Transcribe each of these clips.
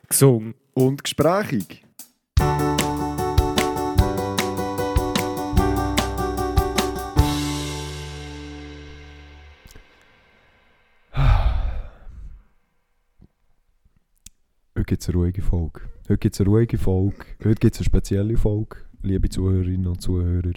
gesund und gesprächig. Heute gibt es eine ruhige Folge. Heute gibt es eine spezielle Folge, liebe Zuhörerinnen und Zuhörer.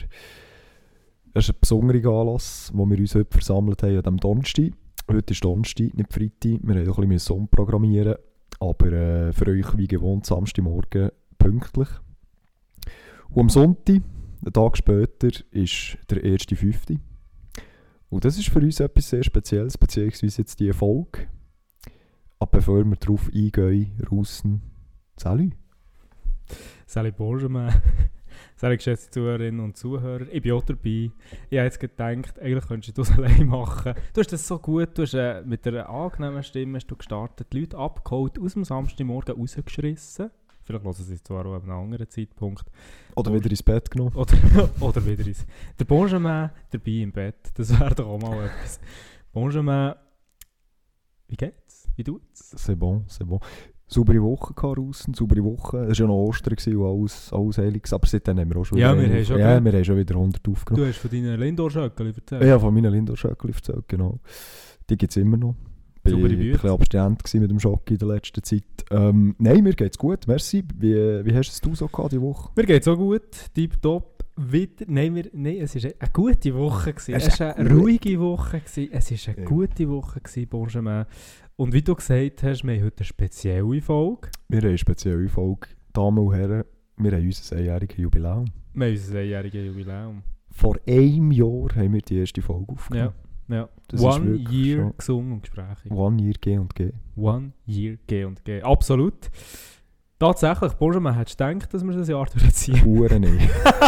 Es ist ein besonderer Anlass, wo wir uns heute versammelt haben an diesem Donnerstag. Heute ist Donnerstag, nicht Freitag. Wir mussten ein bisschen umprogrammieren, aber für euch wie gewohnt Samstagmorgen pünktlich. Und am Sonntag, einen Tag später, ist der 1.5. Und das ist für uns etwas sehr Spezielles, beziehungsweise jetzt diese Folge. Aber bevor wir darauf eingehen, draussen, salut. Salut Benjamin. Salut geschätzte Zuhörerinnen und Zuhörer. Ich bin auch dabei. Ich habe jetzt gedacht, eigentlich könntest du das allein machen. Du hast das so gut, du hast mit einer angenehmen Stimme hast du gestartet, die Leute abgeholt, aus dem Samstagmorgen rausgeschrissen. Vielleicht hören sie es zwar auch an einem anderen Zeitpunkt. Oder wieder ins Bett genommen. Oder wieder ins... Der Benjamin dabei im Bett, das wäre doch auch mal etwas. Benjamin, wie geht's? Wie tut's? C'est bon. Saubere Woche draussen, saubere Woche. Es war ja noch Ostern und alles Heiliges, aber seitdem haben wir auch schon wieder... wir haben schon wieder 100 aufgenommen. Du hast von deinen Lindor-Schöckchen erzählt? Ja, von meinen Lindor-Schöckchen erzählt, genau. Die gibt es immer noch. Ich war ein bisschen abstinent mit dem Schock in der letzten Zeit. Nein, mir geht's gut, merci. Wie hast du es so gehabt, diese Woche? Mir geht's auch gut, tipptopp. Nein, es war eine gute Woche. Es war eine ruhige Woche. Es war eine gute Woche, Benjamin. Und wie du gesagt hast, wir haben heute eine spezielle Folge. Wir haben eine spezielle Folge. Damen und Herren, wir haben unser 1-jähriges Jubiläum. Wir haben unser 1-jähriges Jubiläum. Vor einem Jahr haben wir die erste Folge aufgenommen. Ja. Das One Year gesungen und gesprächig. 1 Year G&G. 1 Year G&G. Absolut. Tatsächlich, Benjamin, hättest du gedacht, dass wir das Jahr durchziehen? Hure nicht.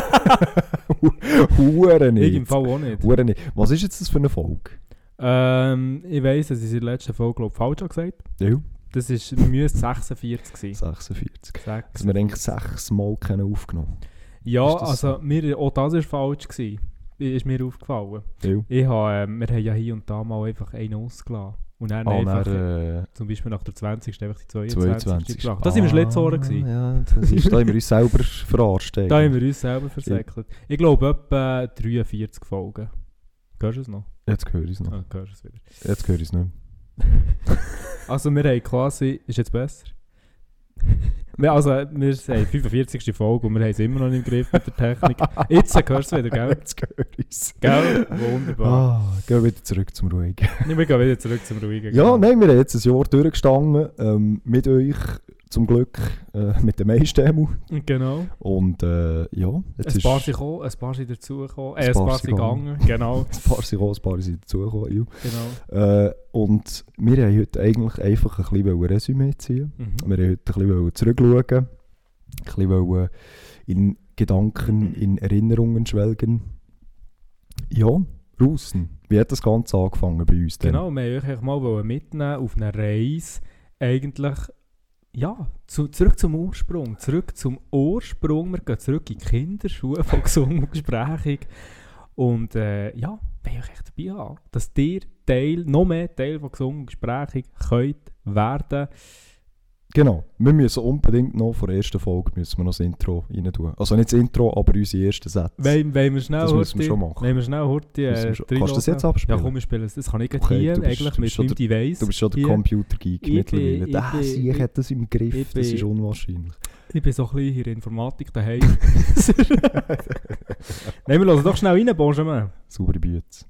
Hure nicht. Ich im Fall auch nicht. Hure nicht. Was ist jetzt das für eine Folge? Ich weiss, dass ich in der letzten Folge falsch habe gesagt. Ja. Das müsste 46 sein. 46. Dass wir eigentlich 6 Mal aufgenommen. Ja, also auch das war falsch gewesen. Ist mir aufgefallen. Ja. Wir haben ja hier und da mal einfach einen ausgelassen. Und dann einfach, zum Beispiel nach der 20. einfach die 22. gebracht. Das waren wir Schlitzohren gewesen. Ja, da haben wir uns selber verarscht. Da haben wir uns selber versäckelt. Ja. Ich glaube, etwa 43 Folgen. Hörst du es noch? Jetzt höre ich es noch. Hörst du es wieder? Jetzt höre ich es nicht Also wir haben quasi... Ist jetzt besser? Wir haben die 45. Folge und wir haben es immer noch nicht im Griff mit der Technik. Jetzt hörst du es wieder, gell? Jetzt höre ich es. Gell? Wunderbar. Gehen wir wieder zurück zum Ruhigen. Wir gehen wieder zurück zum Ruhigen. Ja, genau. Nein, wir haben jetzt ein Jahr durchgestanden mit euch. Zum Glück mit dem Meistemmel. Genau. Und ja, jetzt ein paar sind gekommen, ein paar sind dazugekommen, ein paar sind gegangen. Genau. Ein paar sind gekommen, ein paar sind dazugekommen. Ja. Genau. Und wir wollten heute eigentlich einfach ein bisschen Resümee ziehen. Wir wollten heute ein bisschen zurückschauen, ein bisschen in Gedanken, in Erinnerungen schwelgen. Ja, draussen. Wie hat das Ganze angefangen bei uns denn? Genau, wir wollten euch mal mitnehmen auf eine Reise. Eigentlich... Ja, zurück zum Ursprung. Wir gehen zurück in die Kinderschuhe von gesungen und gesprächig. Und ja, will ich echt dabei haben, dass ihr noch mehr Teil von gesungen und gesprächig könnt werden. Genau, wir müssen unbedingt noch vor der ersten Folge noch das Intro rein tun. Also nicht das Intro, aber unsere ersten Sätze. Wollen wir schnell das müssen wir schon machen. Kannst du das jetzt abspielen? Ja komm, wir spielen es. Das kann ich hier eigentlich mit meinem Device. Du bist schon der Computer-Geek mittlerweile. Ich hätte das im Griff, das ist unwahrscheinlich. Ich bin so ein bisschen in der Informatik daheim. Nein, wir hören doch schnell rein, Benjamin. Saubere Bütze.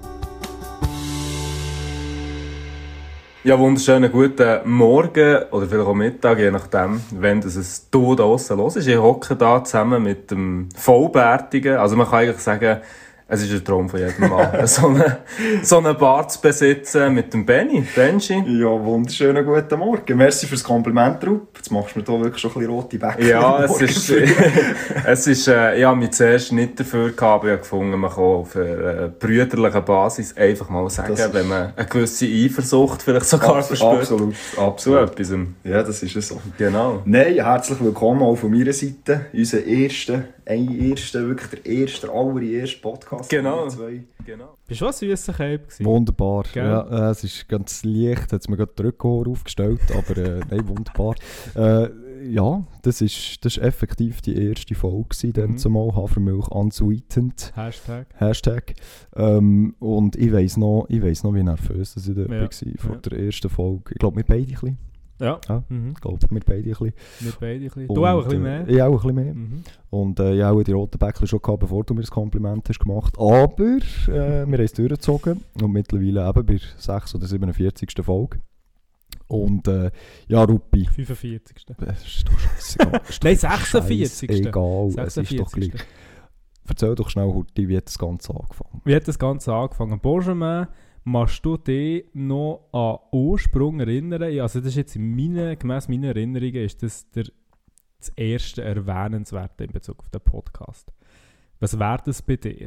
Ja, wunderschönen guten Morgen oder vielleicht auch Mittag, je nachdem, wenn das es da draussen los ist. Ich hocke da zusammen mit dem Vollbärtigen. Also man kann eigentlich sagen, es ist ein Traum von jedem Mann, so eine Bar zu besitzen mit dem Benji. Ja, wunderschönen guten Morgen. Merci fürs Kompliment, Rupp. Jetzt machst du mir da wirklich schon ein bisschen rote Bäckchen. Ja, ich habe mich zuerst nicht dafür gehabt, ich habe gefunden, man kann auf einer brüderlichen Basis einfach mal sagen, wenn man eine gewisse Eifersucht vielleicht sogar verspürt. Absolut. So etwas. Ja, das ist es so. Genau. Nein, herzlich willkommen auch von meiner Seite. Unser allererster Podcast. Genau. Genau. Bist du auch ein süßer Cape gewesen? Wunderbar. Gell? Ja, es ist ganz leicht, hat es mir gerade den Rückenhaar aufgestellt, aber nein, wunderbar. Ja, das ist effektiv die erste Folge gewesen, dann zumal Hafermilch unsweetened. Hashtag. Und ich weiss noch, wie nervös ich dort war vor der ersten Folge. Ich glaube, wir beide ein bisschen. Ja. Ich glaube, wir beide ein bisschen. Du auch ein bisschen mehr? Ich auch ein bisschen mehr. Und ich habe auch die roten Bäckchen schon gehabt, bevor du mir das Kompliment hast gemacht. Aber wir haben es durchgezogen und mittlerweile eben bei 6. oder 47. Folge. Und ja, Ruppi. 45. Das ist doch scheißegal. Nein, 46. Egal, es ist doch gleich. Erzähl doch schnell, Hurti, wie hat das Ganze angefangen? Wie hat das Ganze angefangen? Benjamin, machst du dich noch an Ursprung erinnern? Also das ist jetzt gemäss meinen Erinnerungen ist das das erste Erwähnenswerte in Bezug auf den Podcast. Was wäre das bei dir?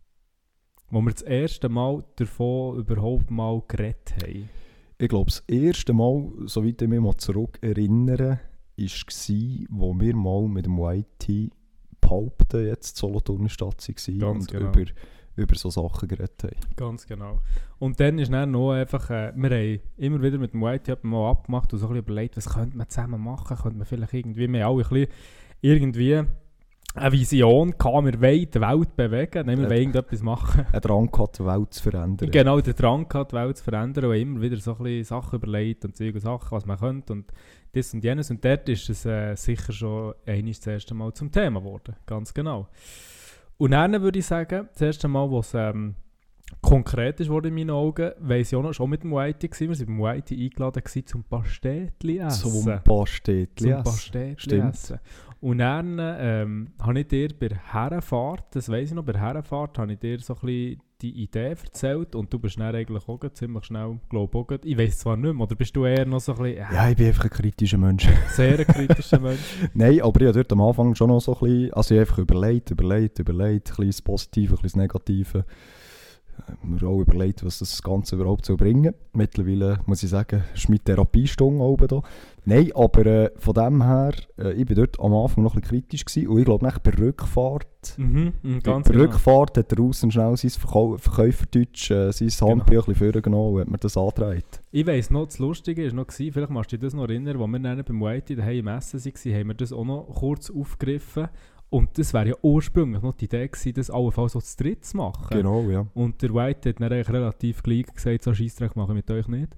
Wo wir das erste Mal davon überhaupt mal geredet haben? Ich glaube, das erste Mal, soweit ich mich mal zurück erinnere, war, wo wir mal mit dem YT behaupten, jetzt Solothurner Stadt waren und genau. über so Sachen geredet haben. Ganz genau. Und dann ist dann noch einfach, wir haben immer wieder mit dem YT mal abgemacht und so ein bisschen überlegt, was könnte man zusammen machen, könnte man vielleicht irgendwie, wir haben alle ein bisschen irgendwie eine Vision gehabt, wir wollen die Welt bewegen, wir wollen irgendetwas machen. Ein Drang gehabt, die Welt zu verändern. Genau, der Drang gehabt, die Welt zu verändern und immer wieder so ein bisschen Sachen überlegt und Zeug und Sachen, was man könnte und das und jenes. Und dort ist es sicher schon das erste Mal zum Thema geworden, ganz genau. Und dann würde ich sagen, das erste Mal, wo es konkret ist wurde in meinen Augen, weiss ich auch noch, schon mit dem YT gewesen, wir waren beim YT eingeladen gewesen, zum Pastetli essen. Zum Pastetli essen. Und dann habe ich dir bei der Herrenfahrt, das weiss ich noch, bei der Herrenfahrt habe ich dir so ein bisschen die Idee erzählt und du bist dann eigentlich auch ziemlich schnell, glaube ich, auch, ich weiss zwar nicht mehr, oder bist du eher noch so ein bisschen... Ja, ich bin einfach ein kritischer Mensch. Sehr ein kritischer Mensch. Nein, aber ich habe dort am Anfang schon noch so ein bisschen, also ich habe einfach überlegt, ein bisschen das Positive, ein bisschen das Negative. Mir auch überlegt, was das Ganze überhaupt so bringen. Mittlerweile muss ich sagen, ist meine Therapiestunde oben da. Nein, aber von dem her, ich war dort am Anfang noch ein bisschen kritisch gewesen, und ich glaube, nach bei der Rückfahrt, Rückfahrt hat der Russen schnell sein Verkäuferdeutsch, sein Handbüchlein vorgenommen und hat mir das angetragen. Ich weiss noch, das Lustige war noch, vielleicht magst du dich das noch erinnern, als wir dann beim YT daheim im Essen waren, haben wir das auch noch kurz aufgegriffen. Und das wäre ja ursprünglich noch die Idee gewesen, das allenfalls auch zu dritt zu machen. Genau, ja. Und der White hat dann eigentlich relativ gleich gesagt, so Scheissdreck mache ich mit euch nicht.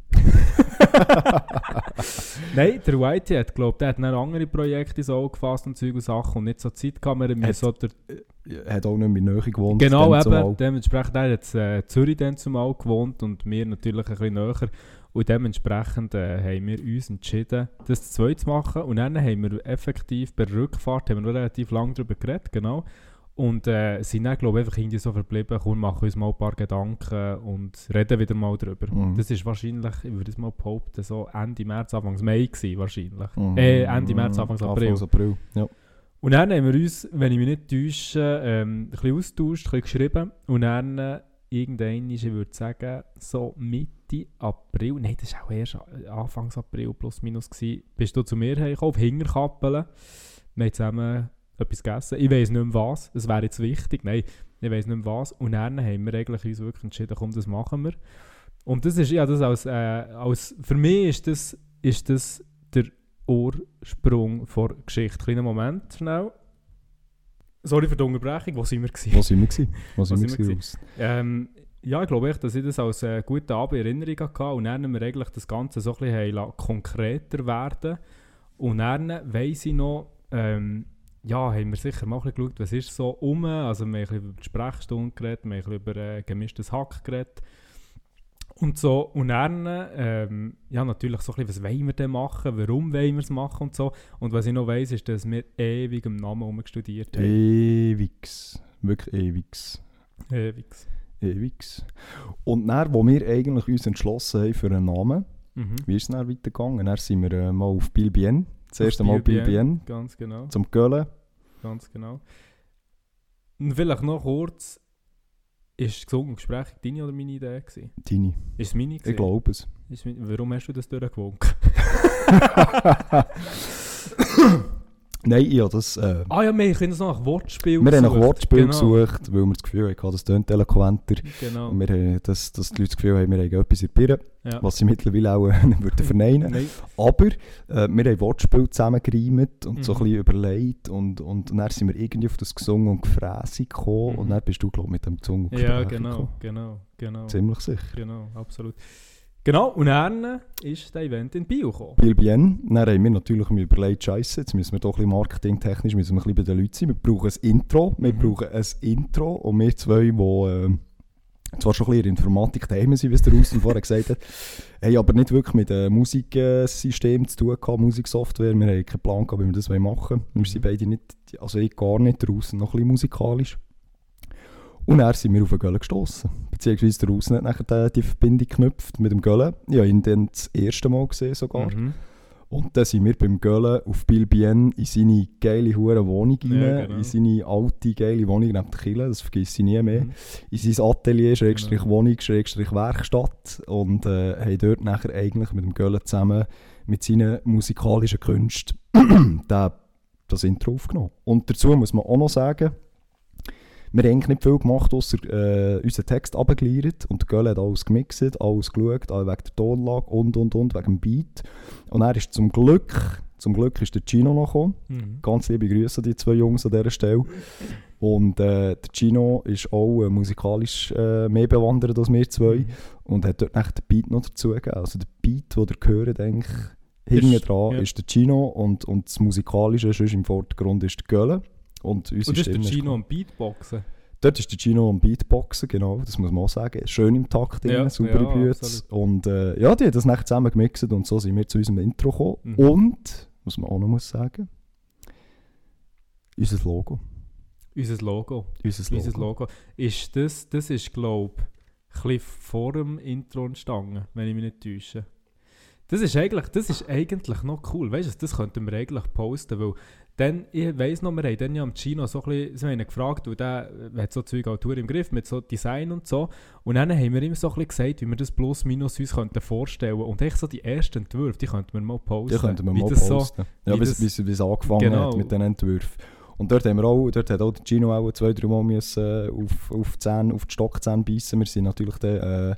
Nein, der White hat, glaube ich, der hat dann andere Projekte ins Auge gefasst und Zeug und Sachen und nicht so Zeit gehabt. Er hat auch nicht mehr in der Nähe gewohnt. Genau, eben. Dementsprechend, er hat in Zürich dann zumal gewohnt und wir natürlich ein bisschen näher. Und dementsprechend haben wir uns entschieden, das zu zweit zu machen. Und dann haben wir effektiv bei der Rückfahrt haben wir noch relativ lange darüber geredet, genau. Und sind dann, glaube ich, einfach irgendwie so verblieben, komm, machen uns mal ein paar Gedanken und reden wieder mal darüber. Das ist wahrscheinlich, ich würde es mal behaupten, so Ende März, Anfang Mai gewesen, wahrscheinlich. Ende März, Anfang April. Ja. Und dann haben wir uns, wenn ich mich nicht täusche, ein bisschen austauscht, ein bisschen geschrieben. Und dann irgendwann, ich würde sagen, so Mitte April, nein, das war auch erst Anfang April plus minus gewesen, bist du zu mir hergekommen, auf Hingerkappeln. Wir haben zusammen etwas gegessen. Ich weiss nicht mehr was, es wäre jetzt wichtig, nein, ich weiss nicht mehr was. Und dann haben wir eigentlich uns wirklich entschieden, komm, das machen wir. Und das ist, ja, das als für mich ist das der Ursprung der Geschichte. Kleiner Moment, schnell. Sorry für die Unterbrechung, wo sind wir gewesen? Wo sind wir? Ja, ich glaube echt, dass ich das als guten Abend in Erinnerung hatte und dann haben wir eigentlich das Ganze so ein bisschen konkreter werden. Und dann weiss ich noch, haben wir sicher mal ein bisschen geschaut, was ist so rum. Also wir haben ein bisschen über die Sprechstunde geredet, wir haben ein bisschen über gemischtes Hack geredet. Und so, und dann, natürlich so ein bisschen, was wollen wir denn machen, warum wollen wir es machen und so. Und was ich noch weiss, ist, dass wir ewig im Namen herumgestudiert haben. Ewigs. Wirklich ewigs. Und dann, wo wir eigentlich uns entschlossen haben für einen Namen, wie ist es dann weitergegangen? Dann sind wir mal auf Bilbien. Das erste Mal Bilbien. Ganz genau. Zum Köln. Ganz genau. Und vielleicht noch kurz, ist gesungen Gespräch deine oder meine Idee gewesen? Deine. Ist es meine gewesen? Ich glaube es. Warum hast du das durchgewunken? Nein, ja, das... Ja, wir können es noch nach Wortspiel Wir haben nach Wortspiel genau. gesucht, weil wir das Gefühl hatten, das tönt eloquenter. Genau. Und wir haben, dass die Leute das Gefühl haben, wir haben etwas in der Birne, Ja. was sie mittlerweile auch würden verneinen. Nein. Aber wir haben Wortspiel zusammengereimt und so ein Mhm. bisschen überlegt und dann sind wir irgendwie auf das Gesungen und Gefräse gekommen und dann bist du, glaube ich, mit dem Gesungen und Ja, Gefräse genau, gekommen. genau. Ziemlich sicher. Genau, absolut. Genau, und dann ist das Event in Bio gekommen. Bill Bien, dann haben wir natürlich überlegt, Scheiße, jetzt müssen wir doch ein bisschen marketingtechnisch müssen wir ein bisschen bei den Leuten sein. Wir brauchen ein Intro, und wir zwei, die zwar schon ein bisschen in der Informatik daheim sind, wie es der Russen vorher gesagt hat, haben aber nicht wirklich mit einem Musiksystem zu tun gehabt, Musiksoftware. Wir haben keinen Plan gehabt, wie wir das machen wollen. Wir sind beide nicht, also ich gar nicht, der Russen noch ein bisschen musikalisch. Und dann sind wir auf den Göller gestossen. Beziehungsweise der Russen hat nachher die Verbindung geknüpft mit dem Göller. Ich habe ihn dann das erste Mal gesehen sogar. Mhm. Und dann sind wir beim Göller auf Bill Bien in seine geile hure Wohnung rein, Ja, genau. in seine alte geile Wohnung neben der Kirche, das vergisst ich nie mehr. Mhm. In sein Atelier, Schrägstrich Genau. Wohnung, Schrägstrich Werkstatt und haben dort nachher eigentlich mit dem Göller zusammen mit seinen musikalischen Künsten das Intro aufgenommen. Und dazu muss man auch noch sagen, wir haben eigentlich nicht viel gemacht, ausser unseren Text runtergeleiert und der Göller hat alles gemixt, alles geschaut, auch wegen der Tonlage und, wegen dem Beat. Und er ist zum Glück ist der Gino noch gekommen. Mhm. Ganz liebe Grüße an die zwei Jungs an dieser Stelle. Und der Gino ist auch musikalisch mehr bewandert als wir zwei Mhm. und hat dort echt den Beat noch dazu gegeben. Also der Beat, den ihr hört, eigentlich hinten dran, ja. ist der Gino und das Musikalische sonst im Vordergrund ist der Göller. Und Und das ist der Gino am Beatboxen. Dort ist der Gino am Beatboxen, genau, das muss man auch sagen. Schön im Takt, Ja, saubere ja, Beats. Und die haben das nachher zusammen gemixt und so sind wir zu unserem Intro gekommen. Mhm. Und, was man auch noch sagen, unser Logo. Unser Logo. Unser Unser Logo. Logo. Ist das ist, glaube ich, ein bisschen vor dem Intro entstanden, wenn ich mich nicht täusche. Das ist eigentlich noch cool. Weißt du, das könnten wir eigentlich posten, weil dann, ich weiss noch, wir haben dann ja am Gino so ein bisschen, sie haben ihn gefragt, weil der hat so Zeug auch im Griff, mit so Design und so. Und dann haben wir ihm so ein bisschen gesagt, wie wir das plus minus uns könnten vorstellen. Und echt so die ersten Entwürfe, die könnten wir mal posten. Die könnten wir Wie mal das posten. Ja, wie wie das- es angefangen Genau. hat mit den Entwürfen. Und dort hat auch der Gino auch 2-3 Mal müssen, auf die Stockzähne beißen. Wir sind natürlich dann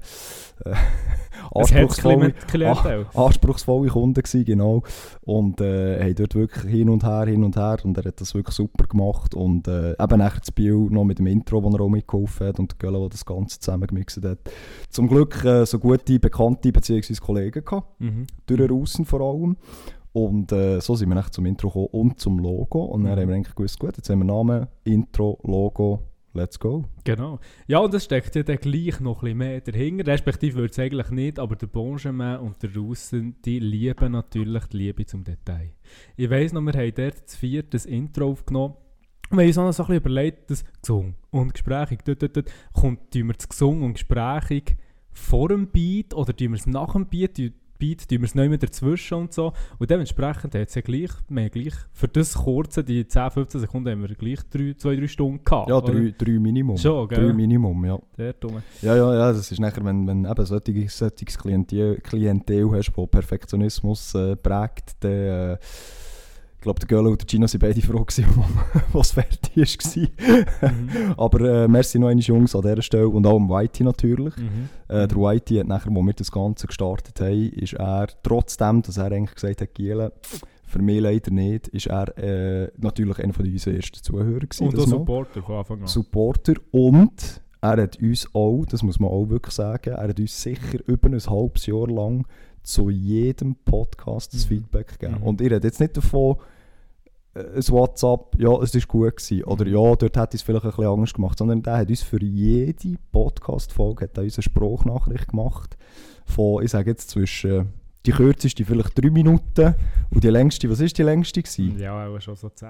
ein Klientel. anspruchsvolle Kunden gewesen, genau. Und haben dort wirklich hin und her. Und er hat das wirklich super gemacht. Und eben nachher das Biel noch mit dem Intro, das er auch mitgeholfen hat und der Göller, der das Ganze zusammengemixt hat. Zum Glück so gute Bekannte bzw. Kollegen gehabt. Mhm. Durch den Russen vor allem. Und so sind wir echt zum Intro gekommen und zum Logo. Und dann Mhm. haben wir eigentlich gewusst, gut, jetzt haben wir Namen, Intro, Logo, let's go. Genau. Ja, und das steckt ja dann gleich noch ein bisschen mehr dahinter. Respektive würde es eigentlich nicht, aber der Benjamin und der Russen, die lieben natürlich die Liebe zum Detail. Ich weiss noch, wir haben dort zu viert das Intro aufgenommen. Und wir haben uns auch noch so ein bisschen überlegt, dass gesungen und gesprächig, tun wir das gesungen und gesprächig vor dem Beat oder tun wir es nach dem Beat tun wir es nicht mehr dazwischen und so. Und dementsprechend hat es ja gleich, wir haben gleich für das kurze, die 10-15 Sekunden, haben wir gleich 2-3 Stunden gehabt. Ja, oder? 3 Minimum. Schon, gell? 3 Minimum, ja. Der Dumme. Ja, das ist nachher, wenn eben solches Klientel hast, das Perfektionismus prägt, dann ich glaube, der Göller und der Gino waren beide froh, was fertig war. Mhm. Aber merci noch einmal, Jungs, an dieser Stelle und auch am Whitey natürlich. Mhm. Der Whitey hat nachher, als wir das Ganze gestartet haben, ist er, trotzdem, dass er eigentlich gesagt hat, Giele, für mich leider nicht, ist er natürlich einer von unseren ersten Zuhörer gewesen. Und das auch Mal. Supporter von Anfang an. Supporter und er hat uns auch, das muss man auch wirklich sagen, er hat uns sicher über ein halbes Jahr lang zu jedem Podcast das Feedback gegeben. Mhm. Und ihr redet jetzt nicht davon, ein WhatsApp, ja, es war gut gewesen, oder ja, dort hat es vielleicht ein bisschen Angst gemacht, sondern der hat uns für jede Podcast-Folge uns eine Sprachnachricht gemacht von, ich sage jetzt zwischen, die kürzeste vielleicht 3 Minuten und die längste, was war die längste gewesen? Ja, auch schon so 10.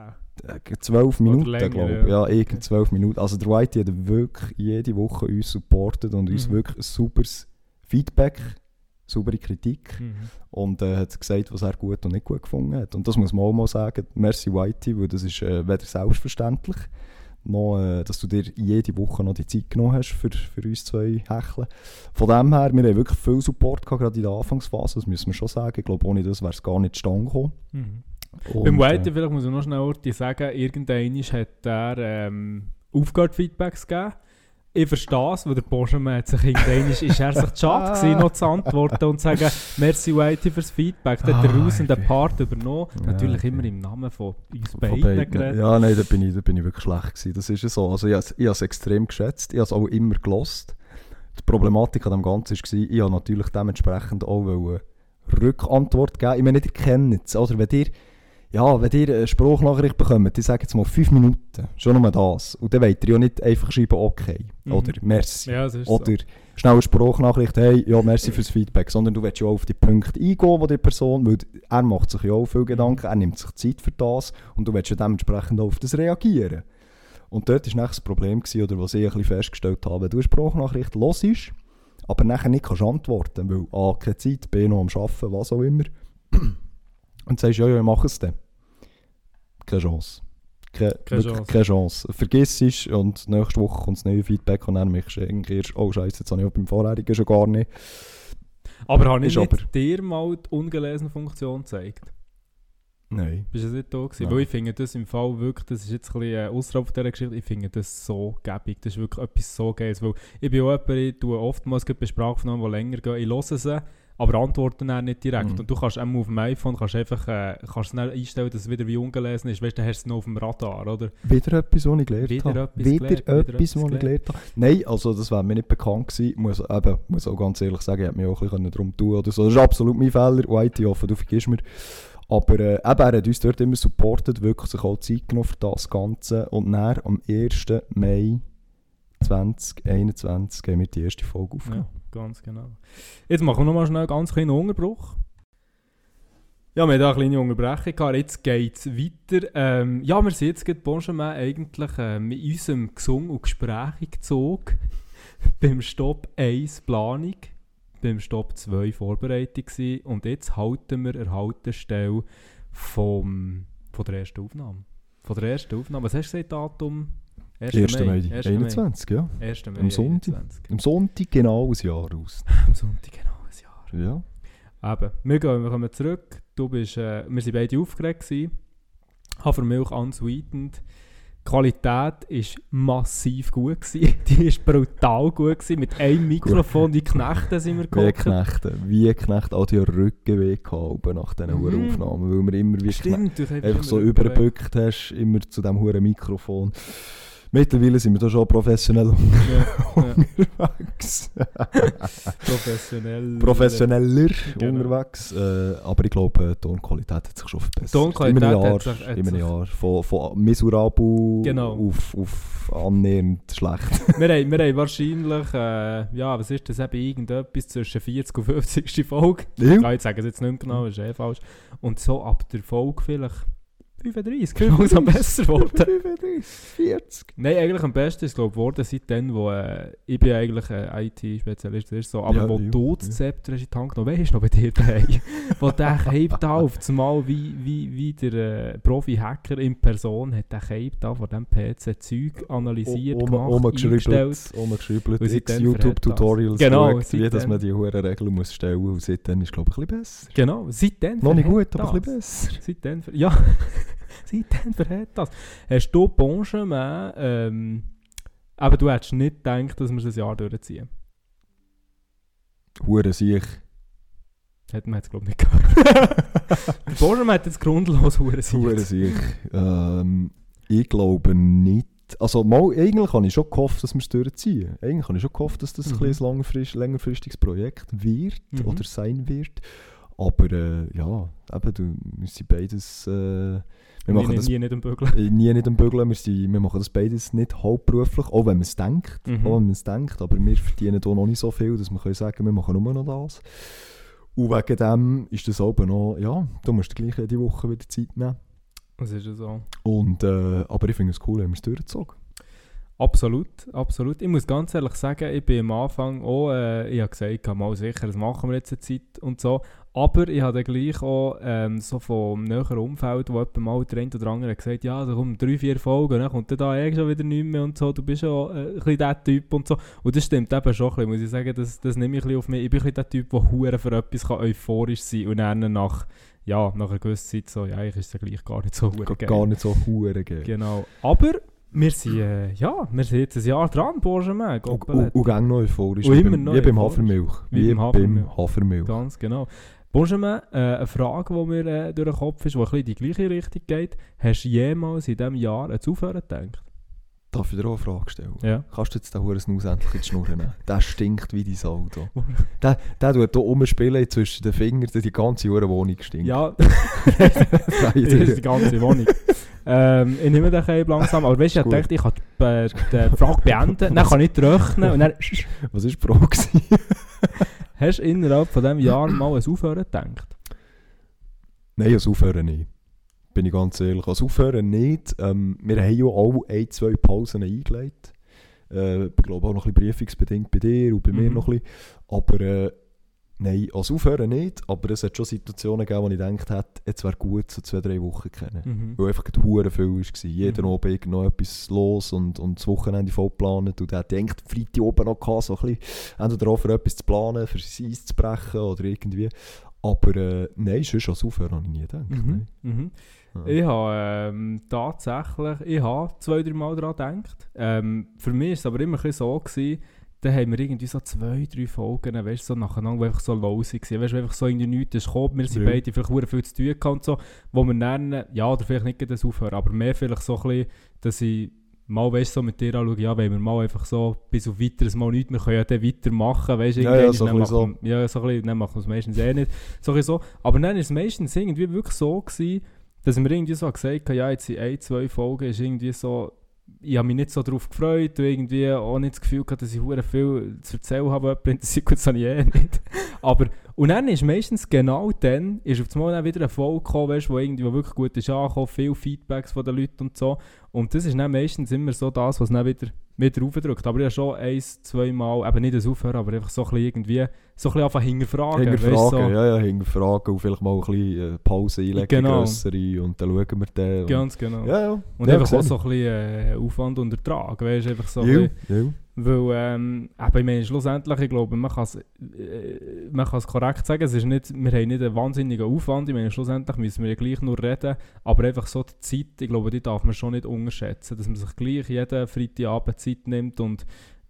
12 Minuten, länger, glaube ich. Ja, ja. irgend 12 Minuten. Also der Whitey hat wirklich jede Woche uns supportet und uns wirklich ein sauberes Feedback, saubere Kritik und hat gesagt, was er gut und nicht gut gefunden hat. Und das muss man auch mal sagen. Merci Whitey, weil das ist weder selbstverständlich, noch, dass du dir jede Woche noch die Zeit genommen hast für uns zwei Hecheln. Von dem her, wir haben wirklich viel Support gehabt, gerade in der Anfangsphase, das müssen wir schon sagen. Ich glaube, ohne das wäre es gar nicht zustande gekommen. Mhm. Beim Whitey vielleicht muss ich noch schnell sagen, irgendwann hat er Aufgabe-Feedbacks gegeben. Ich verstehe es, weil der Benjamin hat sich irgendwann ist er sich schade gewesen, noch zu antworten und zu sagen, merci Whitey fürs Feedback. Da hat der Raus in den Part übernommen. Ja, Natürlich okay. immer im Namen von uns Von beiden geredet. Ja, nein, da bin ich wirklich schlecht gewesen. Das ist ja so. Also ich habe es extrem geschätzt. Ich habe es auch immer gelost. Die Problematik an dem Ganzen war, ich habe natürlich dementsprechend auch Rückantwort geben. Ich meine, ihr kennt es. Oder wenn ihr eine Spruchnachricht bekommt, ich sage jetzt mal 5 Minuten, schon nur das. Und dann wollt ihr ja nicht einfach schreiben, okay, oder merci. Ja, das ist Oder so. schnell eine Sprachnachricht, hey, ja, merci fürs Feedback. Sondern du willst ja auch auf die Punkte eingehen, wo die Person, weil er macht sich ja auch viel Gedanken, er nimmt sich Zeit für das und du willst ja dementsprechend auch auf das reagieren. Und dort war das Problem, oder was ich ein bisschen festgestellt habe, wenn du eine Sprachnachricht hörst, aber nachher nicht kannst antworten, weil A, keine Zeit, B, noch am Arbeiten, was auch immer. Und sagst, ja, ich mache es dann. Keine Chance. Keine Chance. Vergiss es und nächste Woche kommt das neue Feedback und dann merkst du irgendwie erst, oh Scheiße, jetzt habe ich auch beim vorherigen schon gar nicht. Aber habe ich Ist nicht dir mal die ungelesene Funktion gezeigt? Nein. Bist du nicht da gewesen? Nein. Weil ich finde das im Fall wirklich, das ist jetzt ein bisschen außerhalb dieser Geschichte, ich finde das so gäbig, das ist wirklich etwas so Geiles, weil ich bin auch jemand, ich tue oftmals bei Sprachaufnahmen, die länger gehen, ich höre sie, aber antworte dann nicht direkt. Und du kannst auch auf dem iPhone einfach kannst dann einstellen, dass es wieder wie ungelesen ist, weißt du, dann hast du es noch auf dem Radar, oder? Wieder etwas, was ich gelernt habe. Wieder etwas, was ich gelernt habe. Nein, also das wäre mir nicht bekannt gewesen. Muss auch ganz ehrlich sagen, ich hätte mich auch ein bisschen darum tun oder so. Das ist absolut mein Fehler. Whitey, ich hoffe, du vergisst mir. Aber er hat uns dort immer supportet, wirklich sich auch Zeit genommen für das Ganze. Und dann am 1. Mai 2021 haben wir die erste Folge aufgenommen. Ja, ganz genau. Jetzt machen wir nochmal schnell einen ganz kleinen Unterbruch. Ja, wir haben hier eine kleine Unterbrechung gehabt. Jetzt geht es weiter. Ja, wir sind jetzt gerade Benjamin eigentlich mit unserem Gesang und Gespräch gezogen. Beim Stopp 1 Planung, beim Stopp 2 Vorbereitung gewesen. Und jetzt halten wir eine Haltestelle von der ersten Aufnahme. Von der ersten Aufnahme. Was hast du gesagt, Datum? 1. Mai 21, ja. 1. Mai Am Sonntag. 21. Am Sonntag genau ein Jahr aus. Am Sonntag genau ein Jahr. Ja. Eben, wir kommen zurück. Wir waren beide aufgeregt gewesen. Hafermilch unsweetened. Die Qualität war massiv gut gewesen. Die war brutal gut gewesen. Mit einem Mikrofon, die Knechte sind wir gehockt. Wie Knechte, auch die Rückenweh gehabt nach diesen Aufnahmen, weil wir immer wie einfach so übergebückt hast, immer zu diesem huren Mikrofon. Mittlerweile sind wir da schon professionell unterwegs. Professioneller unterwegs. Aber ich glaube, die Tonqualität hat sich schon verbessert. In einem Jahr. Von miserabel auf annähernd schlecht. wir haben wahrscheinlich, was ist das, eben irgendetwas zwischen 40 und 50. Folge. Ja. Ich sage es jetzt nicht mehr genau, das ist falsch. Und so ab der Folge vielleicht 35, ist am besser geworden. 35, 40. Nein, eigentlich am besten ist es geworden, seitdem, wo ich bin eigentlich IT-Spezialist, so, aber ja, wo du das Zepter hast in die Hand genommen, weißt du noch bei dir daheim? Wo der Cape da auf das Mal wie der Profi-Hacker in Person hat der Cape da von diesem PC Zeug analysiert, umgeschrieben, x YouTube-Tutorials geschaut, wie dass man die hohen Regeln muss stellen muss. Und seitdem ist es, glaube ich, ein bisschen besser. Genau, seitdem noch nicht gut, aber ein bisschen besser. Seitdem verhält das. Hast du, Benjamin, aber du hättest nicht gedacht, dass wir es ein Jahr durchziehen? Hure sich. Hätten wir jetzt, glaube ich, nicht gehört. Benjamin hat jetzt grundlos Hure sich. Ich glaube nicht. Also eigentlich habe ich schon gehofft, dass wir es durchziehen. Eigentlich habe ich schon gehofft, dass das ein längerfristiges Projekt wird oder sein wird. Aber ja, eben, wir sind beides... wir machen das nie nicht am Bügeln. Nie nicht am Bügeln. Wir machen das beides nicht hauptberuflich, auch wenn man es denkt. Aber wir verdienen hier noch nicht so viel, dass wir können sagen, wir machen nur noch das. Und wegen dem ist das aber noch... Ja, du musst gleich jede Woche wieder Zeit nehmen. Das ist ja so. Und, aber ich finde es cool, wenn wir es durchgezogen. Absolut, absolut. Ich muss ganz ehrlich sagen, ich bin am Anfang auch, ich habe gesagt, mal sicher, das machen wir jetzt eine Zeit und so. Aber ich habe dann gleich auch so vom näheren Umfeld, wo jemand mal der eine oder andere gesagt, ja, da kommen 3-4 Folgen, dann kommt da schon wieder nichts mehr und so, du bist ja ein bisschen der Typ und so. Und das stimmt eben schon ein bisschen, muss ich sagen, das nehme ich ein bisschen auf mich. Ich bin ein bisschen der Typ, der verdammt für etwas kann euphorisch sein kann und dann nach ja, nach einer gewissen Zeit so, ja, eigentlich ist es ja gleich gar nicht so geil. Gar nicht so hure geil. Genau. Aber wir sind, wir sind jetzt ein Jahr dran, Benjamin. Und gang noch euphorisch. Und Wie immer beim, noch wie beim euphorisch. Hafermilch. Wie beim Hafermilch. Ganz genau. Benjamin, eine Frage, die mir durch den Kopf ist, die ein bisschen in die gleiche Richtung geht. Hast du jemals in diesem Jahr ans Aufhören gedacht? Darf ich dir auch eine Frage stellen? Ja. Kannst du jetzt den Huren-Snus endlich in die Schnur nehmen? Der stinkt wie dein Auto. Der tut hier rumspielen zwischen den Fingern, die ganze Wohnung stinkt. Ja, das ist die ganze Wohnung. Ich nehme den Keim langsam, aber weißt du, ich dachte, ich kann die Frage beenden, dann kann ich rechnen und dann... Was war die Frage? Hast du innerhalb von diesem Jahr mal ans Aufhören gedacht? Nein, ans Aufhören nicht. Bin ich ganz ehrlich. Ans Aufhören nicht. Wir haben ja auch 1-2 Pausen eingelegt. Ich glaube auch noch ein bisschen prüfungsbedingt bei dir und bei mir noch ein bisschen. Aber nein, ans Aufhören nicht. Aber es hat schon Situationen gegeben, wo ich gedacht habe, jetzt wäre gut, so 2-3 Wochen kennen. Weil einfach hure viel war. Jeden Abend noch etwas los und das Wochenende voll geplant. Und er hatte eigentlich Freitag oben noch gehabt, so ein bisschen entweder auch für etwas zu planen, für sein Eis zu brechen oder irgendwie. Aber nein, sonst ans Aufhören habe ich nie gedacht. Ja. Ich habe tatsächlich 2-3 Mal daran gedacht. Für mich war es aber immer ein bisschen so gewesen, dann haben wir irgendwie so 2-3 Folgen, weißt, so nacheinander, die einfach so low waren. Weißt du, einfach so irgendwie nichts gekommen. Wir sind beide vielleicht sehr viel zu tun gehabt und so, wo wir dann, ja, oder vielleicht nicht das aufhören, aber mehr vielleicht so ein bisschen, dass ich mal, weißt, so mit dir anschaue, ja, wenn wir mal einfach so bis auf weiteres Mal nichts, wir können ja dann weitermachen, weißt du, ja, so ein so. Ja, so ein bisschen, dann machen wir es meistens nicht. So ein bisschen so. Aber dann war es meistens irgendwie wirklich so gewesen, dass wir irgendwie so gesagt haben, ja, jetzt in 1-2 Folgen ist irgendwie so, ich habe mich nicht so darauf gefreut und irgendwie auch nicht das Gefühl gehabt, dass ich verdammt viel zu erzählen habe, jemand interessiert, das habe ich nicht. Aber, und dann ist meistens genau dann, ist auf einmal dann wieder eine Folge gekommen, weißt, wo wirklich gut ist angekommen, viele Feedbacks von den Leuten und so. Und das ist dann meistens immer so das, was dann wieder aufdrückt. Aber ich habe schon 1-2 Mal, eben nicht das Aufhören, aber einfach so ein bisschen irgendwie, so ein bisschen einfach hinterfragen. Hinterfragen, so. Ja, hinterfragen und vielleicht mal ein bisschen Pause einlegen, genau. Grössere, und dann schauen wir den. Ganz genau. Ja. Und einfach auch so ein bisschen Aufwand und Ertrag, weißt du, einfach so ein bisschen, weil, ich meine, schlussendlich, ich glaube, man kann es korrekt sagen, es ist nicht, wir haben nicht einen wahnsinnigen Aufwand, ich meine, schlussendlich müssen wir ja gleich nur reden, aber einfach so die Zeit, ich glaube, die darf man schon nicht unterschätzen, dass man sich gleich jeden Freitagabend Zeit nimmt und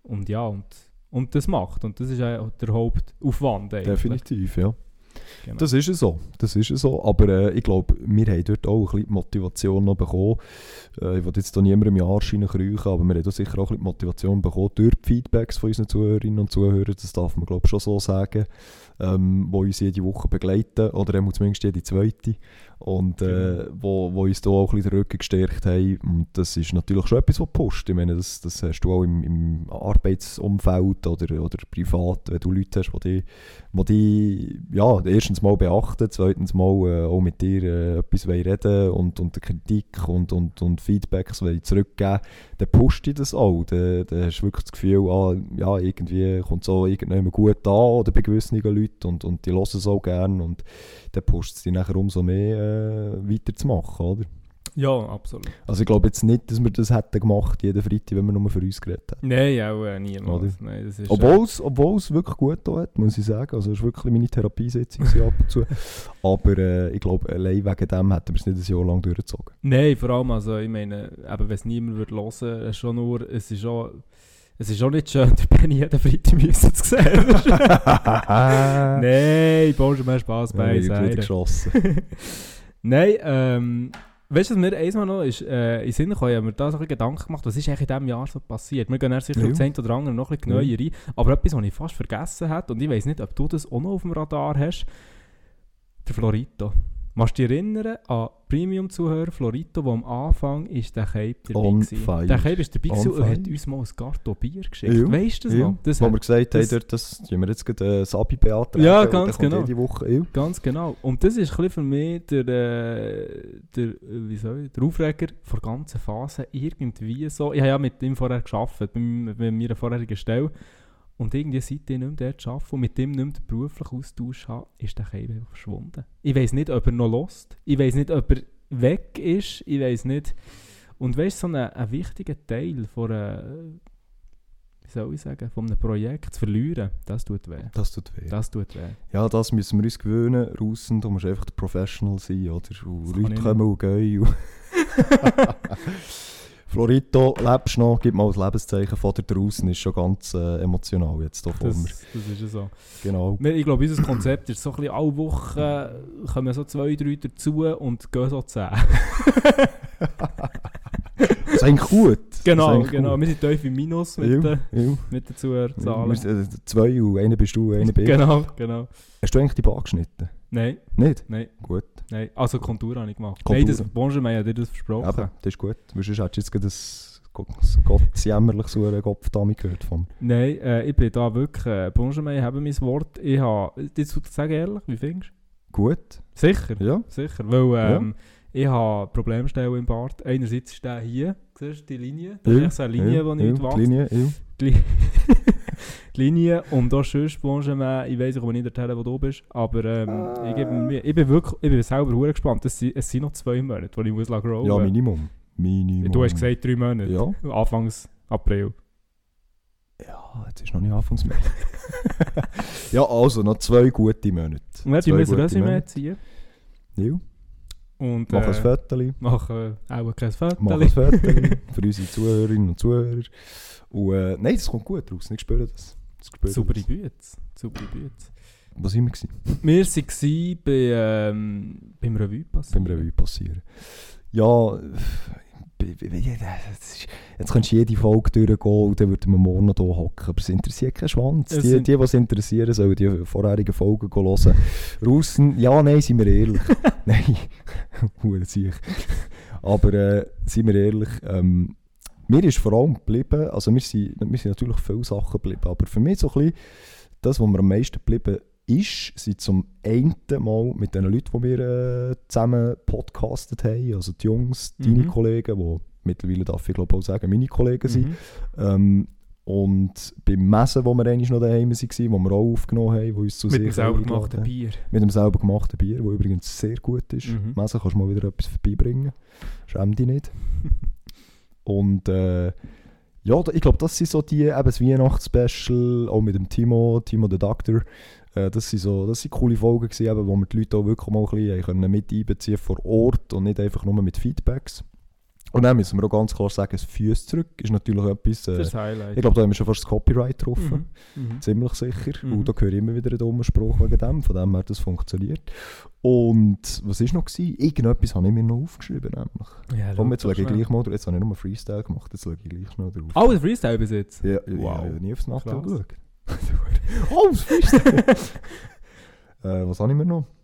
das macht, und das ist auch der Hauptaufwand eigentlich. Definitiv, ja. Genau. Das ist es so. Aber ich glaube, wir haben dort auch ein bisschen Motivation noch bekommen. Ich will jetzt hier niemandem im Arsch reinkriechen, aber wir haben da sicher auch ein bisschen Motivation bekommen durch die Feedbacks von unseren Zuhörerinnen und Zuhörern, das darf man, glaube ich, schon so sagen, die uns jede Woche begleiten, oder zumindest jede zweite, und wo uns da auch ein bisschen den Rücken gestärkt haben. Und das ist natürlich schon etwas, was pusht. Ich meine, das hast du auch im Arbeitsumfeld oder privat, wenn du Leute hast, die ja, erstens mal beachten, zweitens mal auch mit dir etwas reden und Kritik und Feedbacks zurückgeben, dann pusht dich das auch. Dann hast du wirklich das Gefühl, ja, irgendwie kommt es auch irgendjemand gut an oder bei gewissen Leuten und die hören es auch gerne, und dann pusht es dich nachher umso mehr weiterzumachen, oder? Ja, absolut. Also ich glaube jetzt nicht, dass wir das hätten gemacht, jeden Freitag, wenn wir nur für uns geredet hätten. Nein, auch niemals. Nein, das ist, obwohl es wirklich gut da hat, muss ich sagen. Also es war wirklich meine Therapiesitzung ab und zu. Aber ich glaube, allein wegen dem hätten wir es nicht ein Jahr lang durchgezogen. Nein, vor allem, also ich meine, wenn es niemand würde hören, es ist auch nicht schön, den Benni jeden Freitag müssen zu sehen. Nein, Benjamin, Spass beiseite. Geschossen. Nein, weißt du, was mir einmal noch ist, in den Sinn gekommen, ich habe mir da so ein Gedanken gemacht, was ist eigentlich in diesem Jahr so passiert? Wir gehen dann sicher auf das eine oder andere noch ein bisschen neuer rein, aber etwas, was ich fast vergessen habe, und ich weiss nicht, ob du das auch noch auf dem Radar hast, der Florito. Kannst du dich erinnern an Premium-Zuhörer Florito, der am Anfang ist der Cape dabei war? Der Cape ist dabei und hat uns mal ein Garton Bier geschickt. Weißt du das noch? Das wo wir gesagt haben, das tun wir jetzt gerade ein Sabi beantragen. Ja, ganz genau. Jede Woche. Ganz genau. Und das ist ein bisschen für mich der Aufreger der ganzen Phase. Irgendwie so. Ich habe ja mit ihm vorher gearbeitet, bei meiner vorherigen Stelle. Und irgendwie, seit ich nicht mehr dort arbeite und mit ihm nicht mehr den beruflichen Austausch habe, ist der Keim einfach verschwunden. Ich weiss nicht, ob er noch lost. Ich weiss nicht, ob er weg ist. Ich weiss nicht. Und weißt du, so ein wichtiger Teil von wie soll ich sagen, von einem Projekt zu verlieren, das tut weh. Das tut weh. Das tut weh. Ja, das müssen wir uns gewöhnen. Draussen, du musst einfach der Professional sein, oder? Und Das kann Leute ich kommen und gehen. Und Florito, lebst noch? Gib mal ein Lebenszeichen von dir draussen. Ist schon ganz emotional jetzt hier vor mir. Das ist ja so. Genau. Ich glaube, unser Konzept ist so ein bisschen, alle Wochen kommen so 2, 3 dazu und gehen so 10. Das ist eigentlich gut. Genau, Das ist eigentlich gut. wir sind tief im Minus mit den Zuhörerzahlen. Wir sind, 2 und einer bist du, einer bin ich. Genau. Hast du eigentlich die Bar geschnitten? Nein, Nicht? nein, Gut. nein. Also Kontur habe ich gemacht. Kontur. Nein, das Bonjour hat dir das versprochen. Eben, das ist gut. Weil sonst hättest du jetzt gerade ein gottsjämmerlich so einen Kopfdami gehört von. Nein, ich bin da wirklich, Bonjour, ich habe mein Wort. Ich habe, jetzt sag ehrlich, wie findest du? Gut. Sicher, Ja. sicher. Weil ich habe Problemstellen im Bart. Einerseits ist der hier, siehst du die Linie? Das ist echt so eine Linie, die nicht wächst. Linie, Die Linie und da sonst Bonjour, ich weiss auch nicht dorthin, wo du bist, aber ich gebe mir Mühe. Ich bin selber sehr gespannt. Es sind noch 2 Monate, die ich muss growen. Ja, Minimum. Du hast gesagt 3 Monate. Ja. Anfangs April. Ja, jetzt ist noch nicht Anfangs mehr. Ja, also noch 2 gute Monate. Und jetzt müssen wir das Resümee ziehen. Ja. Und Mach ein Foto. machen auch kein Foto. Mach ein Foto für unsere Zuhörerinnen und Zuhörer. Und nein, das kommt gut raus. Ich spüre das. Saubere Bütze. Was sind wir gewesen? Wir waren beim Revue passieren. Beim Revue passieren. Ja, jetzt könntest du jede Folge durchgehen und dann würden wir morgen noch hier hocken. Aber es interessiert keinen Schwanz. Die es interessieren, sollen die vorherigen Folgen hören. Draussen, ja, nein, sind wir ehrlich. Nein, sicher. Aber sind wir ehrlich, mir ist vor allem geblieben, also wir sind natürlich viele Sachen geblieben, aber für mich so ein bisschen das, was mir am meisten geblieben ist, sind zum einen Mal mit den Leuten, die wir zusammen podcastet haben, also die Jungs, deine Kollegen, die mittlerweile, darf ich glaube auch sagen, meine Kollegen sind. Und beim Messen, wo wir eigentlich noch daheim waren, wo wir auch aufgenommen haben, wo uns zu mit sich dem selber gemachten Bier. Mit dem selber gemachten Bier, das übrigens sehr gut ist. Messen kannst du mal wieder etwas vorbeibringen. Schäm dich nicht. Und ja, ich glaube, das sind so die, eben das Weihnachtsspecial, auch mit dem Timo the Doctor. Das sind coole Folgen gewesen, eben, wo wir die Leute auch wirklich mal ein bisschen mit einbeziehen vor Ort und nicht einfach nur mit Feedbacks. Und dann müssen wir auch ganz klar sagen, das Füße zurück ist natürlich etwas... das Highlight. Ich glaube, da haben wir schon fast das Copyright getroffen. Ziemlich sicher. Und da höre ich immer wieder einen dummen Spruch wegen dem. Von dem her, das funktioniert. Und was war noch gewesen? Irgendetwas habe ich mir noch aufgeschrieben. Nämlich. Ja, komm, jetzt schaue ich gleich mal drauf. Jetzt habe ich nur Freestyle gemacht, jetzt schaue ich gleich noch drauf. Oh, das Freestyle bis jetzt? Ja, wow. Ich habe nie aufs Nachteil geschaut. Oh, das Freestyle! Was habe ich mir noch?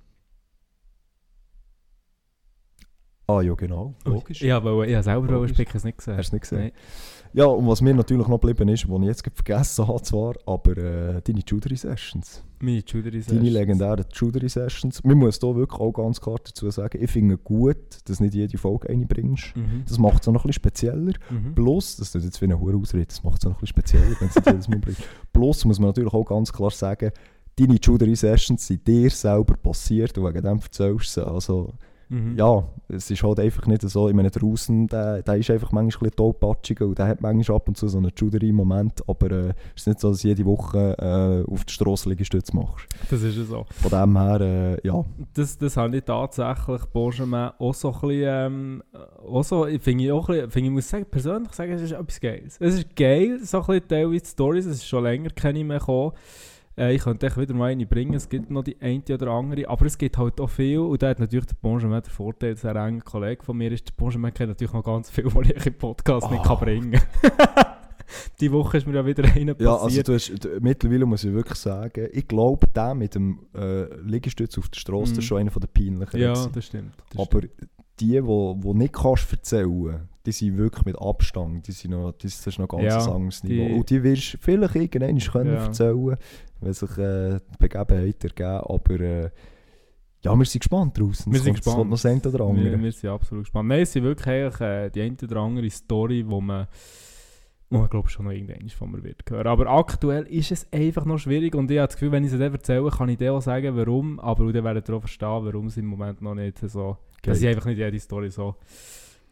Ah ja, genau. Logisch. Ich habe selber spicken, es nicht gesehen. Hast du es nicht gesehen? Nein. Ja, und was mir natürlich noch geblieben ist, was ich jetzt vergessen habe zwar, aber deine Judery-Sessions. Meine Judery-Sessions. Deine legendären Judery-Sessions. Man muss hier wirklich auch ganz klar dazu sagen, ich finde gut, dass nicht jede Folge eine bringst. Das macht es auch noch ein bisschen spezieller. Plus, das ist jetzt wie ein Hure-Ausrede, das macht es auch noch ein bisschen spezieller, wenn es nicht jedes Mal bringt. Plus muss man natürlich auch ganz klar sagen, deine Judery-Sessions sind dir selber passiert und wegen dem erzählst du sie. Also, ja, es ist halt einfach nicht so, ich meine, draussen, der ist einfach manchmal ein bisschen tollpatschig und der hat manchmal ab und zu so einen Judery-Moment, aber es ist nicht so, dass du jede Woche auf die Strasse Liegestütze machst. Das ist ja so. Von dem her, ja. Das habe ich tatsächlich, Benjamin, auch so ein bisschen, ich muss sagen, persönlich sagen, es ist etwas Geiles. Es ist geil, so ein bisschen teilweise Storys, es ist schon länger keine mehr gekommen. Ich könnte echt wieder mal eine bringen, es gibt noch die eine oder andere, aber es gibt halt auch viel und da hat natürlich der Benjamin den Vorteil, dass er ein enger Kollege von mir ist. Der Benjamin kennt natürlich noch ganz viel, was ich im Podcast nicht bringen kann. Die Woche ist mir ja wieder einer passiert. Ja, also mittlerweile muss ich wirklich sagen, ich glaube, der mit dem Liegestütz auf der Straße ist schon einer der peinlichen. Ja, das stimmt. Aber die nicht kannst erzählen, die sind wirklich mit Abstand, das ist noch ganz ein anderes Niveau. Und die wirst du vielleicht irgendwann können erzählen, wenn sich die Begebenheit ergeben, aber ja, wir sind gespannt draussen. Wir sind gespannt. Es kommt noch das eine oder andere. Wir sind absolut gespannt. Nein, es sind wirklich eigentlich die eine oder andere Story, wo man glaube schon noch irgendwann von mir wird hören. Aber aktuell ist es einfach noch schwierig und ich habe das Gefühl, wenn ich es dann erzähle, kann ich dir auch sagen, warum, aber dann werdet ihr auch verstehen, warum es im Moment noch nicht so, dass ich einfach nicht jede Story so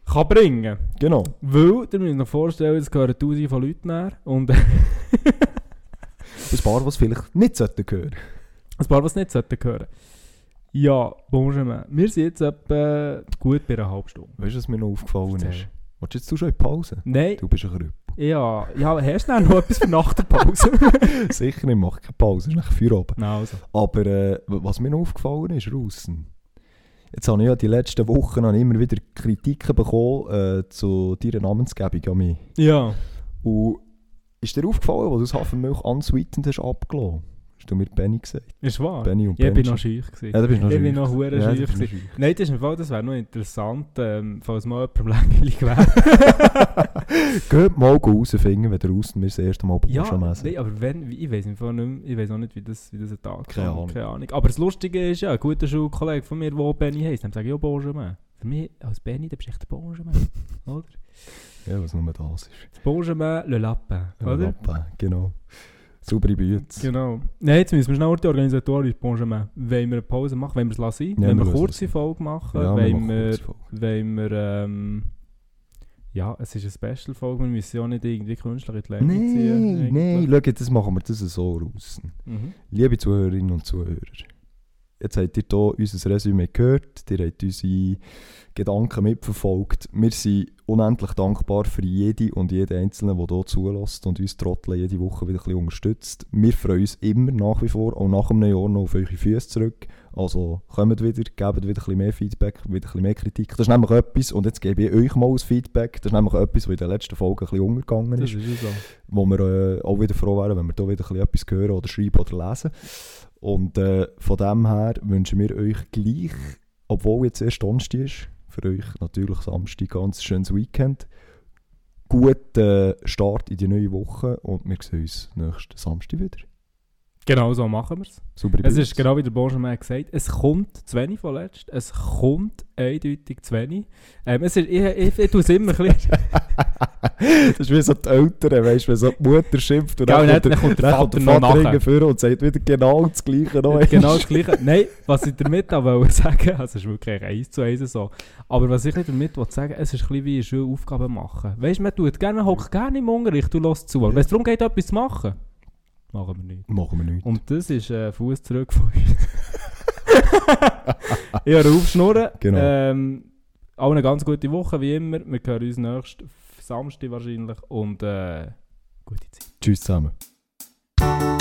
kann bringen. Genau. Weil, ihr müsst euch vorstellen, es gehören 1000 von Leuten näher und Ein paar, die es vielleicht nicht hören sollten. ein paar, die es nicht sollten hören. Ja, Benjamin, wir sind jetzt etwa gut bei einer halben Stunde. Weißt du, was mir noch aufgefallen Erzähl. ist? Willst du jetzt schon in die Pause? Nein, Du bist ein Krüppel. ja, hast du noch etwas für nach der Pause? Sicher nicht, mach keine Pause, es ist nach Feierabend. Na also. Aber was mir noch aufgefallen ist, Russen, jetzt habe ich ja die letzten Wochen immer wieder Kritiken bekommen zu deiner Namensgebung an mich. Ja. Und ist dir aufgefallen, als du das Hafermilch unsweetened hast abgelassen? Hast du mir Benny gesagt? Ist wahr? Benny und Ich Benji. bin noch schüch gewesen. Ja, da bist du noch Ich bin schüch. noch hure Ja, schüch da bist du noch gewesen. Nein, das ist im Fall, das wäre noch interessant, falls mal jemandem langweilig wäre. Geht mal rausfinden, wenn der Russen mir das erste Mal Ja, Burschen messen. nein, aber wenn, ich weiß nicht, ich weiß auch nicht, wie das ein Tag Keine kommt. Ahnung. Aber das Lustige ist ja, ein guter Schulkollege von mir, der Benny heisst, dem sage ich auch Benjamin. Für mich als Benny, der bist echt der Benjamin, oder? Ja, was nur das ist. Das Benjamin Le Lapin, oder? Lapin, genau. Saubere Bütze. Genau. Nein, jetzt müssen wir schnell die organisatorisch Benjamin. Wollen wir eine Pause machen? Wollen wir es lassen? Ja, Wollen wir wir eine lassen kurze Folge machen? Ja, Wollen wir wir... kurze Folge. Wollen wir ja, es ist eine Special-Folge, wir müssen ja auch nicht irgendwie künstlich in die Länge ziehen. Nein, schau, jetzt machen wir das so raus. Mhm. Liebe Zuhörerinnen und Zuhörer, jetzt habt ihr hier unser Resümee gehört, ihr habt unsere Gedanken mitverfolgt. Wir sind unendlich dankbar für jede und jeden Einzelnen, der hier zulässt und uns trotteln jede Woche wieder ein bisschen unterstützt. Wir freuen uns immer nach wie vor, auch nach einem Jahr noch auf eure Füße zurück. Also kommt wieder, gebt wieder ein bisschen mehr Feedback, wieder ein bisschen mehr Kritik. Das ist nämlich etwas, und jetzt gebe ich euch mal ein Feedback, das ist nämlich etwas, was in der letzten Folge ein bisschen untergegangen Das ist. ist ja so. Wo wir auch wieder froh wären, wenn wir hier wieder ein bisschen etwas hören oder schreiben oder lesen. Und von dem her wünschen wir euch gleich, obwohl jetzt erst Donnerstag ist, für euch natürlich Samstag, ganz schönes Weekend. Guten Start in die neue Woche und wir sehen uns nächsten Samstag wieder. Genau so machen wir es. Super. Es ist genau wie der Benjamin gesagt, es kommt zu wenig von letzt, es kommt eindeutig zu wenig. Ich tue es immer ein bisschen... Das ist wie so die Eltern, weißt du, wenn so die Mutter schimpft und Ja, dann und dann kommt der Vater noch Vater nachher. vor und sagt wieder genau das Gleiche noch. Genau das Gleiche. Nein, was ich damit auch wollte sagen, also es ist wirklich 1:1 so, aber was ich damit wollte sagen, es ist ein bisschen wie eine Schulaufgabe machen. Weißt du, man hockt gerne im Unterricht und lässt zu, aber wenn es darum geht, etwas zu machen, machen wir nicht. Machen wir nicht. Und das ist Fuß zurück von uns. Ich höre auf schnurren. Genau. Auch eine ganz gute Woche, wie immer. Wir hören uns nächsten Samstag wahrscheinlich und gute Zeit. Tschüss zusammen.